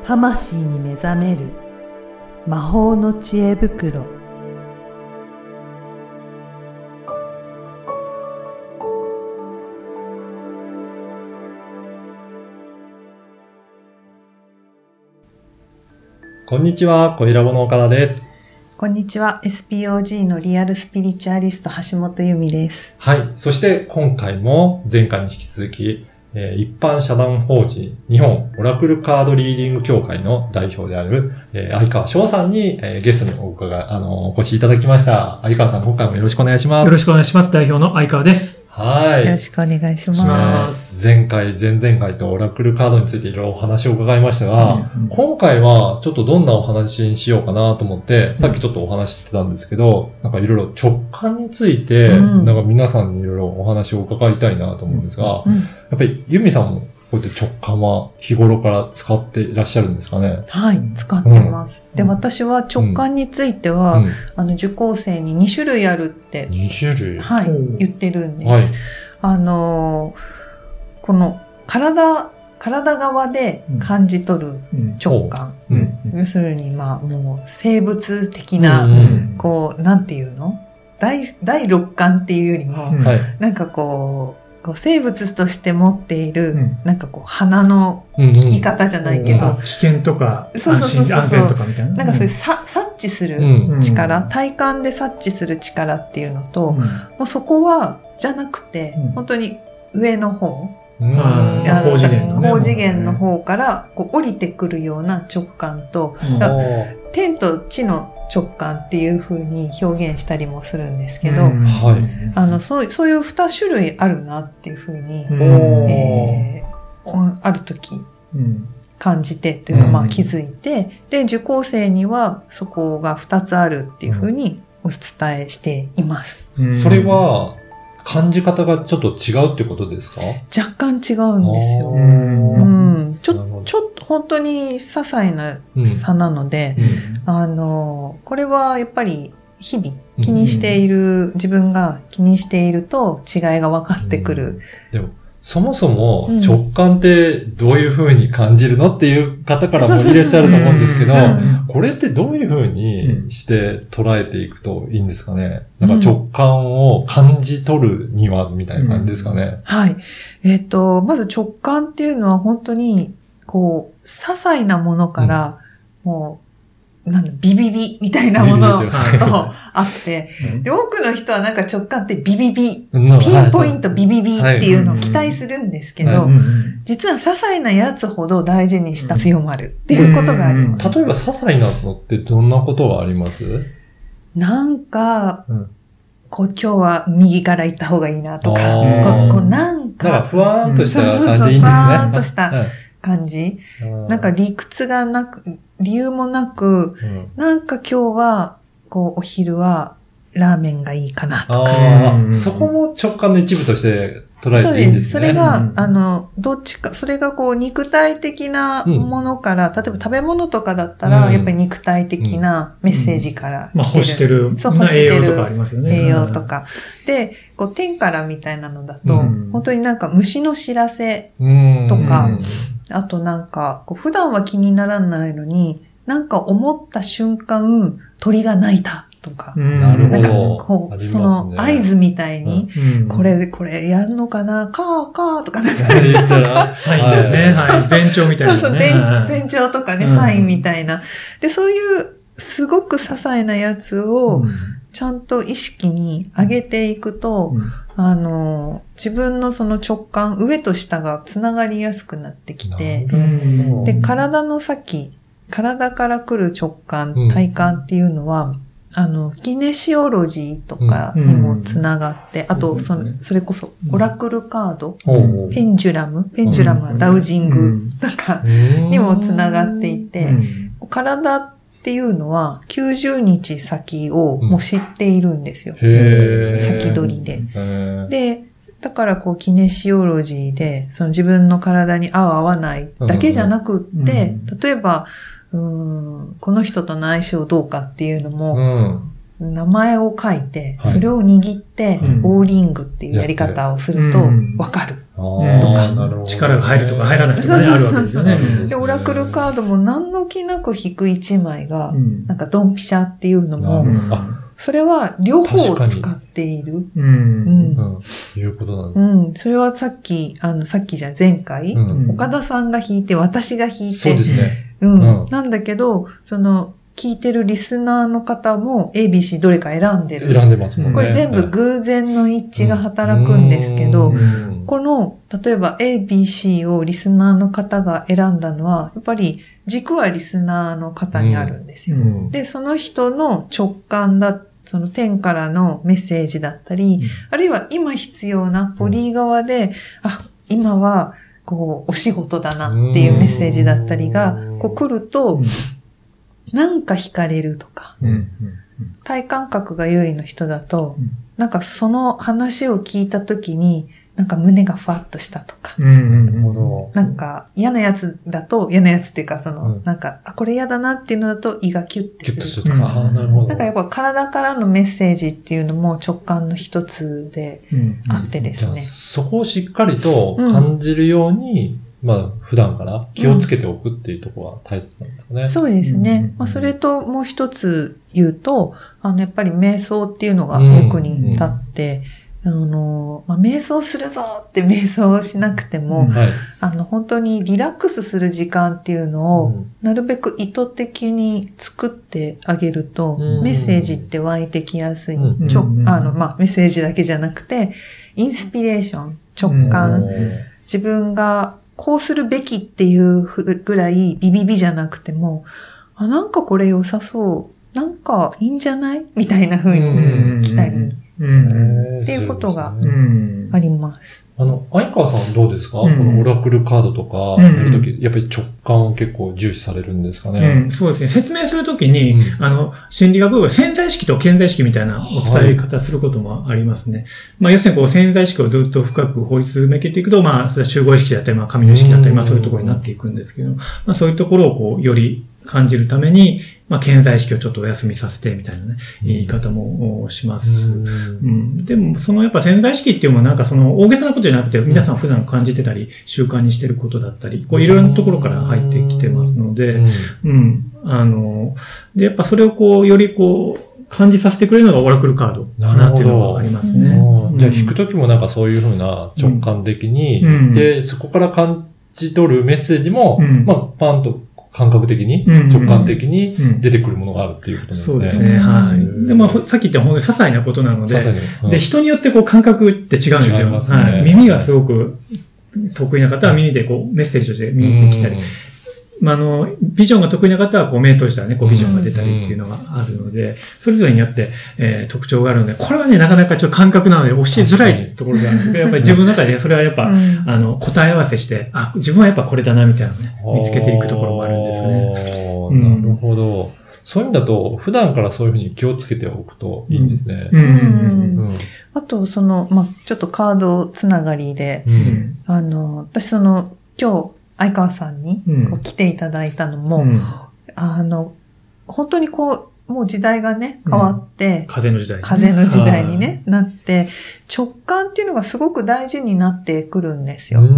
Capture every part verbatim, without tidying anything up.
魂に目覚める魔法の知恵袋。 こんにちは、恋ラボの岡田です。 こんにちは、エスピーオージー のリアルスピリチュアリスト橋本由美です。 はい。そして今回も前回に引き続き、えー、一般社団法人日本オラクルカードリーディング協会の代表である、えー、相川翔さんに、えー、ゲストにお伺い、あのー、お越しいただきました。相川さん、今回もよろしくお願いします。 よろしくお願いします。代表の相川です。 はい。 よろしくお願いします。 前回、前々回とオラクルカードについていろいろお話を伺いましたが、うんうん、今回はちょっとどんなお話にしようかなと思って、さっきちょっとお話ししてたんですけど、なんかいろいろ直感について、うん、なんか皆さんにいろいろお話を伺いたいなと思うんですが、うんうん、やっぱり由美さんもこうやって直感は日頃から使っていらっしゃるんですかね？ はい、使ってます。うん、で、私は直感については、うん、あの、受講生にに種類あるって。 に種類？ はい、言ってるんです。はい、あの、この体、体側で感じ取る直感。うんうん、要するに、まあ、もう生物的な、うんうん、こう、なんていうの？第、第六感っていうよりも、うん、なんかこう、こう生物として持っている、うん、なんかこう、鼻の聞き方じゃないけど。 うんうん、危険とか、安心、安全とかみたいな。 なんかそういうさ、察知する力、うん、体感で察知する力っていうのと、うん、もうそこは、じゃなくて、うん、本当に上の方、 うん、あ高次元の、ね、 高次元の方からこう降りてくるような直感と、うん、天と地の直感っていう風に表現したりもするんですけど、うんはい、あのそう、そういう二種類あるなっていう風に、えー、ある時感じてというか、まあ気づいて、で、受講生にはそこが二つあるっていう風にお伝えしています。 うん、それは、感じ方がちょっと違うってことですか？ 若干違うんですよ。うん、ちょ、ちょっと本当に些細な差なので、うん、あの、これはやっぱり日々気にしている、うん、自分が気にしていると違いが分かってくる。うん、 でもそもそも直感ってどういう風に感じるのっていう方からもいらっしゃると思うんですけど、これってどういう風にして捉えていくといいんですかね？なんか直感を感じ取るにはみたいな感じですかね？うん、 はい。えっと、まず直感っていうのは本当に、こう、些細なものから、もう、なんだ、ビビビみたいなものがあって、で、多くの人はなんか直感ってビビビ、ピンポイントビビビっていうのを期待するんですけど、実は些細なやつほど大事にした強まるっていうことがあります。 例えば些細なのってどんなことがあります？ なんか、うん、こう今日は右から行った方がいいなとか、こうなんか、 なんかふわーんとした感じでいいんですね。 ふわーんとした感じ。なんか理屈がなく、理由もなく、うん、なんか今日は、こう、お昼はラーメンがいいかなとか。 あそこも直感の一部として捉えていいんですね。 それが、うん、あの、どっちか、それがこう、肉体的なものから、うん、例えば食べ物とかだったら、うん、やっぱり肉体的なメッセージから来てる。うん、 まあ、欲してる。そう、欲してる。栄養とかありますよね。 栄養とか。で、こう、天からみたいなのだと、うん、本当になんか虫の知らせとか、うんあとなんか、こう普段は気にならないのに、なんか思った瞬間、鳥が鳴いたとか。 なるほど。なんかこう、ね、その合図みたいに、うん、これ、これやるのかなカーカーとかなんか。 言ったら、サインですね。はい。前兆みたいな、ね。 そうそう、前、前兆とかね、サインみたいな。で、そういう、すごく些細なやつを、ちゃんと意識に上げていくと、うんあの、自分のその直感、上と下がつながりやすくなってきて、で、体の先、体から来る直感、体感っていうのは、うん、あの、キネシオロジーとかにもつながって、うん、あとそ、それこそ、オラクルカード、うん、ペンジュラム、ペンジュラムはダウジングとかにもつながっていて、うん、体っていうのはきゅうじゅうにち先をもう知っているんですよ。うん、へー先取りで。で、だからこうキネシオロジーでその自分の体に合う合わないだけじゃなくって、うん、例えばうーんこの人との相性どうかっていうのも、 名前を書いて、 はい、 それを握って、 うん、 オーリングっていうやり方をすると、わかる。 うん、とか、力が入るとか入らないとかね、あるわけですよね。 で、オラクルカードも何の気なく引くいちまいが、うん、なんかドンピシャっていうのも、うん、それは両方を使っている。 うん。うん。いうことなんです。 うん。それはさっき、あの、さっきじゃ前回、うん、岡田さんが引いて、私が引いて。 そうですね。 うん。うん、なんだけど、その、聞いてるリスナーの方も エービーシー どれか選んでる。 選んでますもんね。 これ全部偶然の一致が働くんですけど、うん、この、例えば エービーシー をリスナーの方が選んだのは、やっぱり軸はリスナーの方にあるんですよ。うん、で、その人の直感だ、その天からのメッセージだったり、うん、あるいは今必要なボディ側で、うん、あ、今はこうお仕事だなっていうメッセージだったりが、こう来ると、うん、なんか惹かれるとか、うんうんうん、体感覚が優位の人だと、うん、なんかその話を聞いたときに、なんか胸がふわっとしたとか、うんうんうん、なんか嫌なやつだと、嫌なやつっていうか、その、うん、なんか、あ、これ嫌だなっていうのだと胃がキュッてする。キュッとするとか、あ、なるほど。なんかやっぱ体からのメッセージっていうのも直感の一つであってですね。うんうん、 そこをしっかりと感じるように、うん、まあ、普段から気をつけておくっていうところは大切なんですかね。 うん、そうですね。うんうん、まあ、それともう一つ言うと、あの、やっぱり瞑想っていうのが役に立って、うんうんあの、まあ、瞑想するぞって瞑想をしなくても、はい、あの、本当にリラックスする時間っていうのを、なるべく意図的に作ってあげると、うん、メッセージって湧いてきやすい。うん、ちょ、あの、まあ、メッセージだけじゃなくて、インスピレーション、直感、うん、自分がこうするべきっていうぐらいビビビじゃなくても、あ、なんかこれ良さそう、なんかいいんじゃないみたいな風に来たり。うんうん、っていうことがあります。 あの、相川さんどうですか、うん、このオラクルカードとかやるとき、うん、やっぱり直感を結構重視されるんですかね、 うん、そうですね。説明するときに、うん、あの、心理学部は潜在意識と顕在意識みたいなお伝え方することもありますね。はい、まあ、要するにこう潜在意識をずっと深く掘り進めていくと、まあ、それは集合意識だったり、まあ、神の意識だったり、まあ、そういうところになっていくんですけど、まあ、そういうところをこう、より感じるために、まあ、顕在意識をちょっとお休みさせてみたいなね、言い方もします。うんうん、でも、そのやっぱ潜在意識っていうのはなんかその大げさなことじゃなくて、皆さん普段感じてたり、習慣にしてることだったり、こういろいろなところから入ってきてますので、うん、うん、あの、で、やっぱそれをこう、よりこう、感じさせてくれるのがオラクルカードかなっていうのがありますね。 うん、じゃあ弾くときもなんかそういうふうな直感的に、うん、で、そこから感じ取るメッセージも、うん、まあ、パンと、感覚的に、直感的に出てくるものがあるっていうことなんですね。 そうですね。はい。で、まあ、さっき言った本当に些細なことなので、うん、で、人によってこう感覚って違うんですよ。違いますね。はい。耳がすごく得意な方は耳でこうメッセージとして耳に来たり、まあ、あの、ビジョンが得意な方はこう目閉じたらね、こうビジョンが出たりっていうのがあるので、それぞれによって、えー、特徴があるので、これはね、なかなかちょっと感覚なので教えづらいところがあるんですけど、やっぱり自分の中でそれはやっぱ、あの、答え合わせして、あ、自分はやっぱこれだなみたいなのね、見つけていくところもあるんですね。 うん、なるほど。そういう意味だと、普段からそういうふうに気をつけておくといいんですね。うん。うんうんうん、あと、その、まあ、ちょっとカードつながりで、うん、あの、私その、今日、相川さんにこう来ていただいたのも、うん、あの、本当にこう、もう時代がね、変わって、うん、 風の時代、ね。 風の時代にね、なって、直感っていうのがすごく大事になってくるんですよ。うん、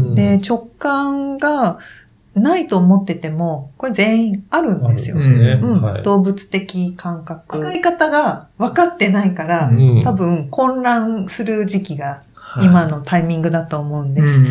で、直感がないと思ってても、これ全員あるんですよ。ですね、うんはい、動物的感覚。使い方が分かってないから、うん、多分混乱する時期が今のタイミングだと思うんです。うん、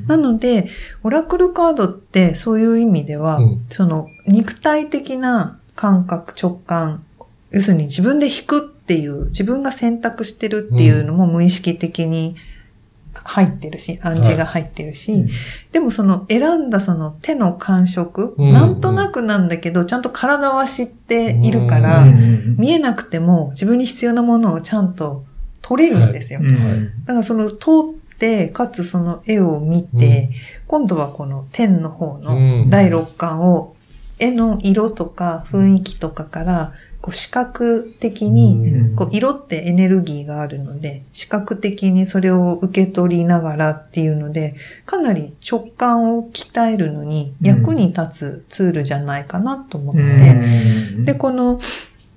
なので、オラクルカードってそういう意味では、うん、その肉体的な感覚、直感、要するに自分で引くっていう、自分が選択してるっていうのも無意識的に入ってるし、暗示が入ってるし、はい、でもその選んだその手の感触、うん、なんとなくなんだけど、ちゃんと体は知っているから、うん、見えなくても自分に必要なものをちゃんと取れるんですよ。はいはい、だからその通って、かつその絵を見て、うん、今度はこの天の方の第六感を、絵の色とか雰囲気とかから、こう視覚的に、こう色ってエネルギーがあるので、視覚的にそれを受け取りながらっていうので、かなり直感を鍛えるのに役に立つツールじゃないかなと思って、で、この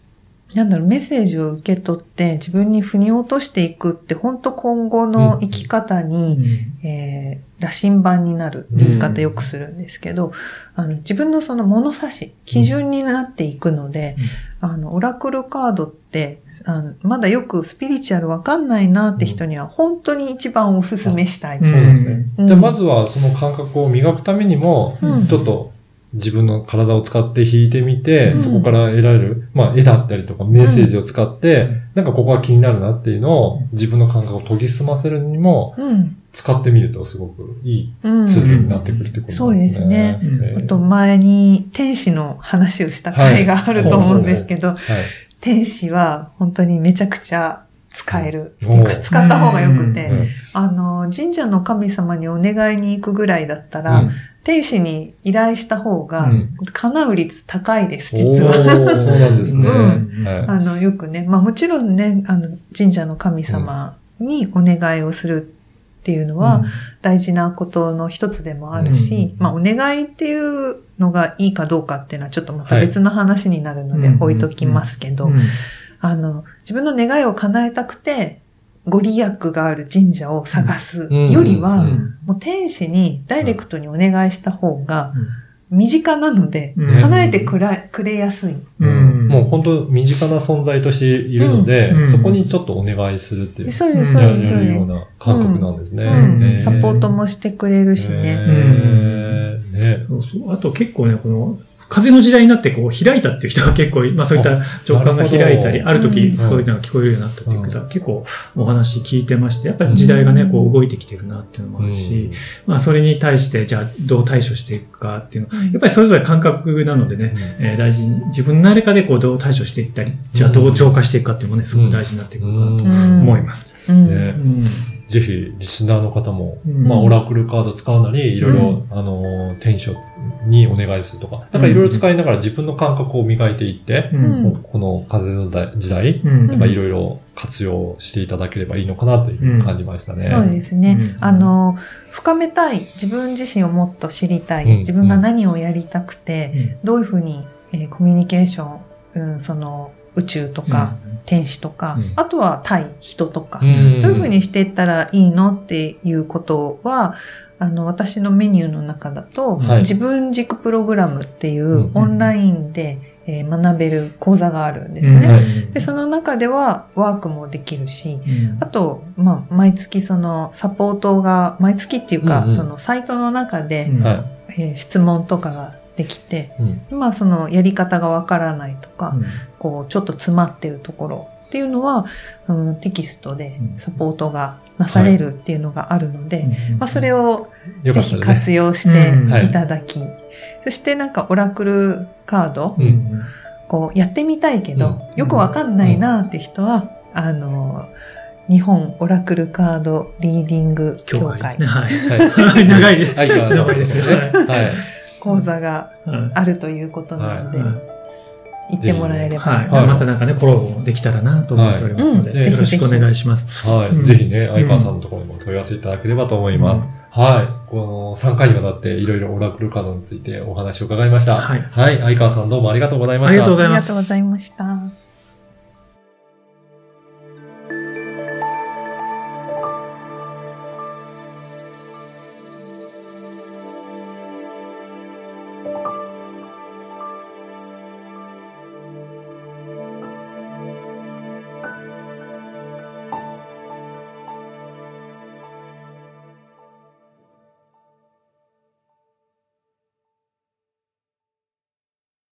なんだろう、メッセージを受け取って自分に腑に落としていくって本当今後の生き方に、うんえー、羅針盤になるって言い方よくするんですけど、うん、あの自分のその物差し、基準になっていくので、うん、あの、オラクルカードってあのまだよくスピリチュアルわかんないなって人には本当に一番おすすめしたい。 うん、そうですね。うん、じゃあまずはその感覚を磨くためにも、うん、ちょっと自分の体を使って弾いてみて、うん、そこから得られる、まあ絵だったりとかメッセージを使って、うん、なんかここが気になるなっていうのを自分の感覚を研ぎ澄ませるにも、うん、使ってみるとすごくいいツールになってくるってことですね。 そうですね。えー、あと前に天使の話をした回があると思うんですけど、はいはい、天使は本当にめちゃくちゃ使える。っていうか使った方がよくて、あの、神社の神様にお願いに行くぐらいだったら、うん天使に依頼した方が、叶う率高いです、実は。 そうなんですね。 うんはい、あの、よくね、まあもちろんね、あの、神社の神様にお願いをするっていうのは、大事なことの一つでもあるし、うん、まあお願いっていうのがいいかどうかっていうのはちょっとまた別の話になるので置いときますけど、あの、自分の願いを叶えたくて、ご利益がある神社を探すよりは、もう天使にダイレクトにお願いした方が身近なので、叶えてくれ、くれやすい。 うん、もう本当身近な存在としているので、うん、そこにちょっとお願いするっていう。 そうです、そうです。 やるような感覚なんですね。 うんうん、サポートもしてくれるしね。 うんねそうそう。あと結構ね、この、風の時代になってこう開いたっていう人が結構、まあそういった直感が開いたり、ある時そういうのが聞こえるようになったっていう方、結構お話聞いてまして、やっぱり時代がね、こう動いてきてるなっていうのもあるし、まあそれに対してじゃあどう対処していくかっていうのは、やっぱりそれぞれ感覚なのでね、えー、大事に、自分の中でこうどう対処していったり、じゃあどう浄化していくかっていうのもね、すごく大事になってくるかなと思います。 ねぜひ、リスナーの方も、うん、まあ、オラクルカード使うなり、いろいろ、うん、あの、天使にお願いするとか、なんかいろいろ使いながら自分の感覚を磨いていって、うん、この風の時代、うん、なんかいろいろ活用していただければいいのかなというふうに感じましたね。 うん、そうですね。うん、あの、深めたい、自分自身をもっと知りたい、うん、自分が何をやりたくて、うん、どういうふうに、えー、コミュニケーション、うん、その、宇宙とか、うん天使とか、うん、あとは対人とか、うん、どういうふうにしていったらいいのっていうことは、あの、私のメニューの中だと、はい、自分軸プログラムっていうオンラインで、えー、学べる講座があるんですね、うんはい。で、その中ではワークもできるし、うん、あと、まあ、毎月そのサポートが、毎月っていうか、うんうん、そのサイトの中で、うんえー、質問とかができて、うん、まあそのやり方がわからないとか、うん、こうちょっと詰まってるところっていうのは、うん、テキストでサポートがなされるっていうのがあるので、はいまあそれをぜひ活用していただき、うんはい、そしてなんかオラクルカード、うん、こうやってみたいけど、うん、よくわかんないなって人は、あの、日本オラクルカードリーディング協会。 ね、はい。長いです。長いですね。 はい。講座があるということなので、はい行ってもらえれば、 はいはい。またなんかね、コラボできたらなと思っておりますので、はいうん、よろしくお願いします。 はい。うん、ぜひね、相川さんのところにも問い合わせいただければと思います。うん、はい。このさんかいにわたっていろいろオラクルカードについてお話を伺いました。はい。はい。相川さんどうもありがとうございました。 ありがとうございます。 ありがとうございました。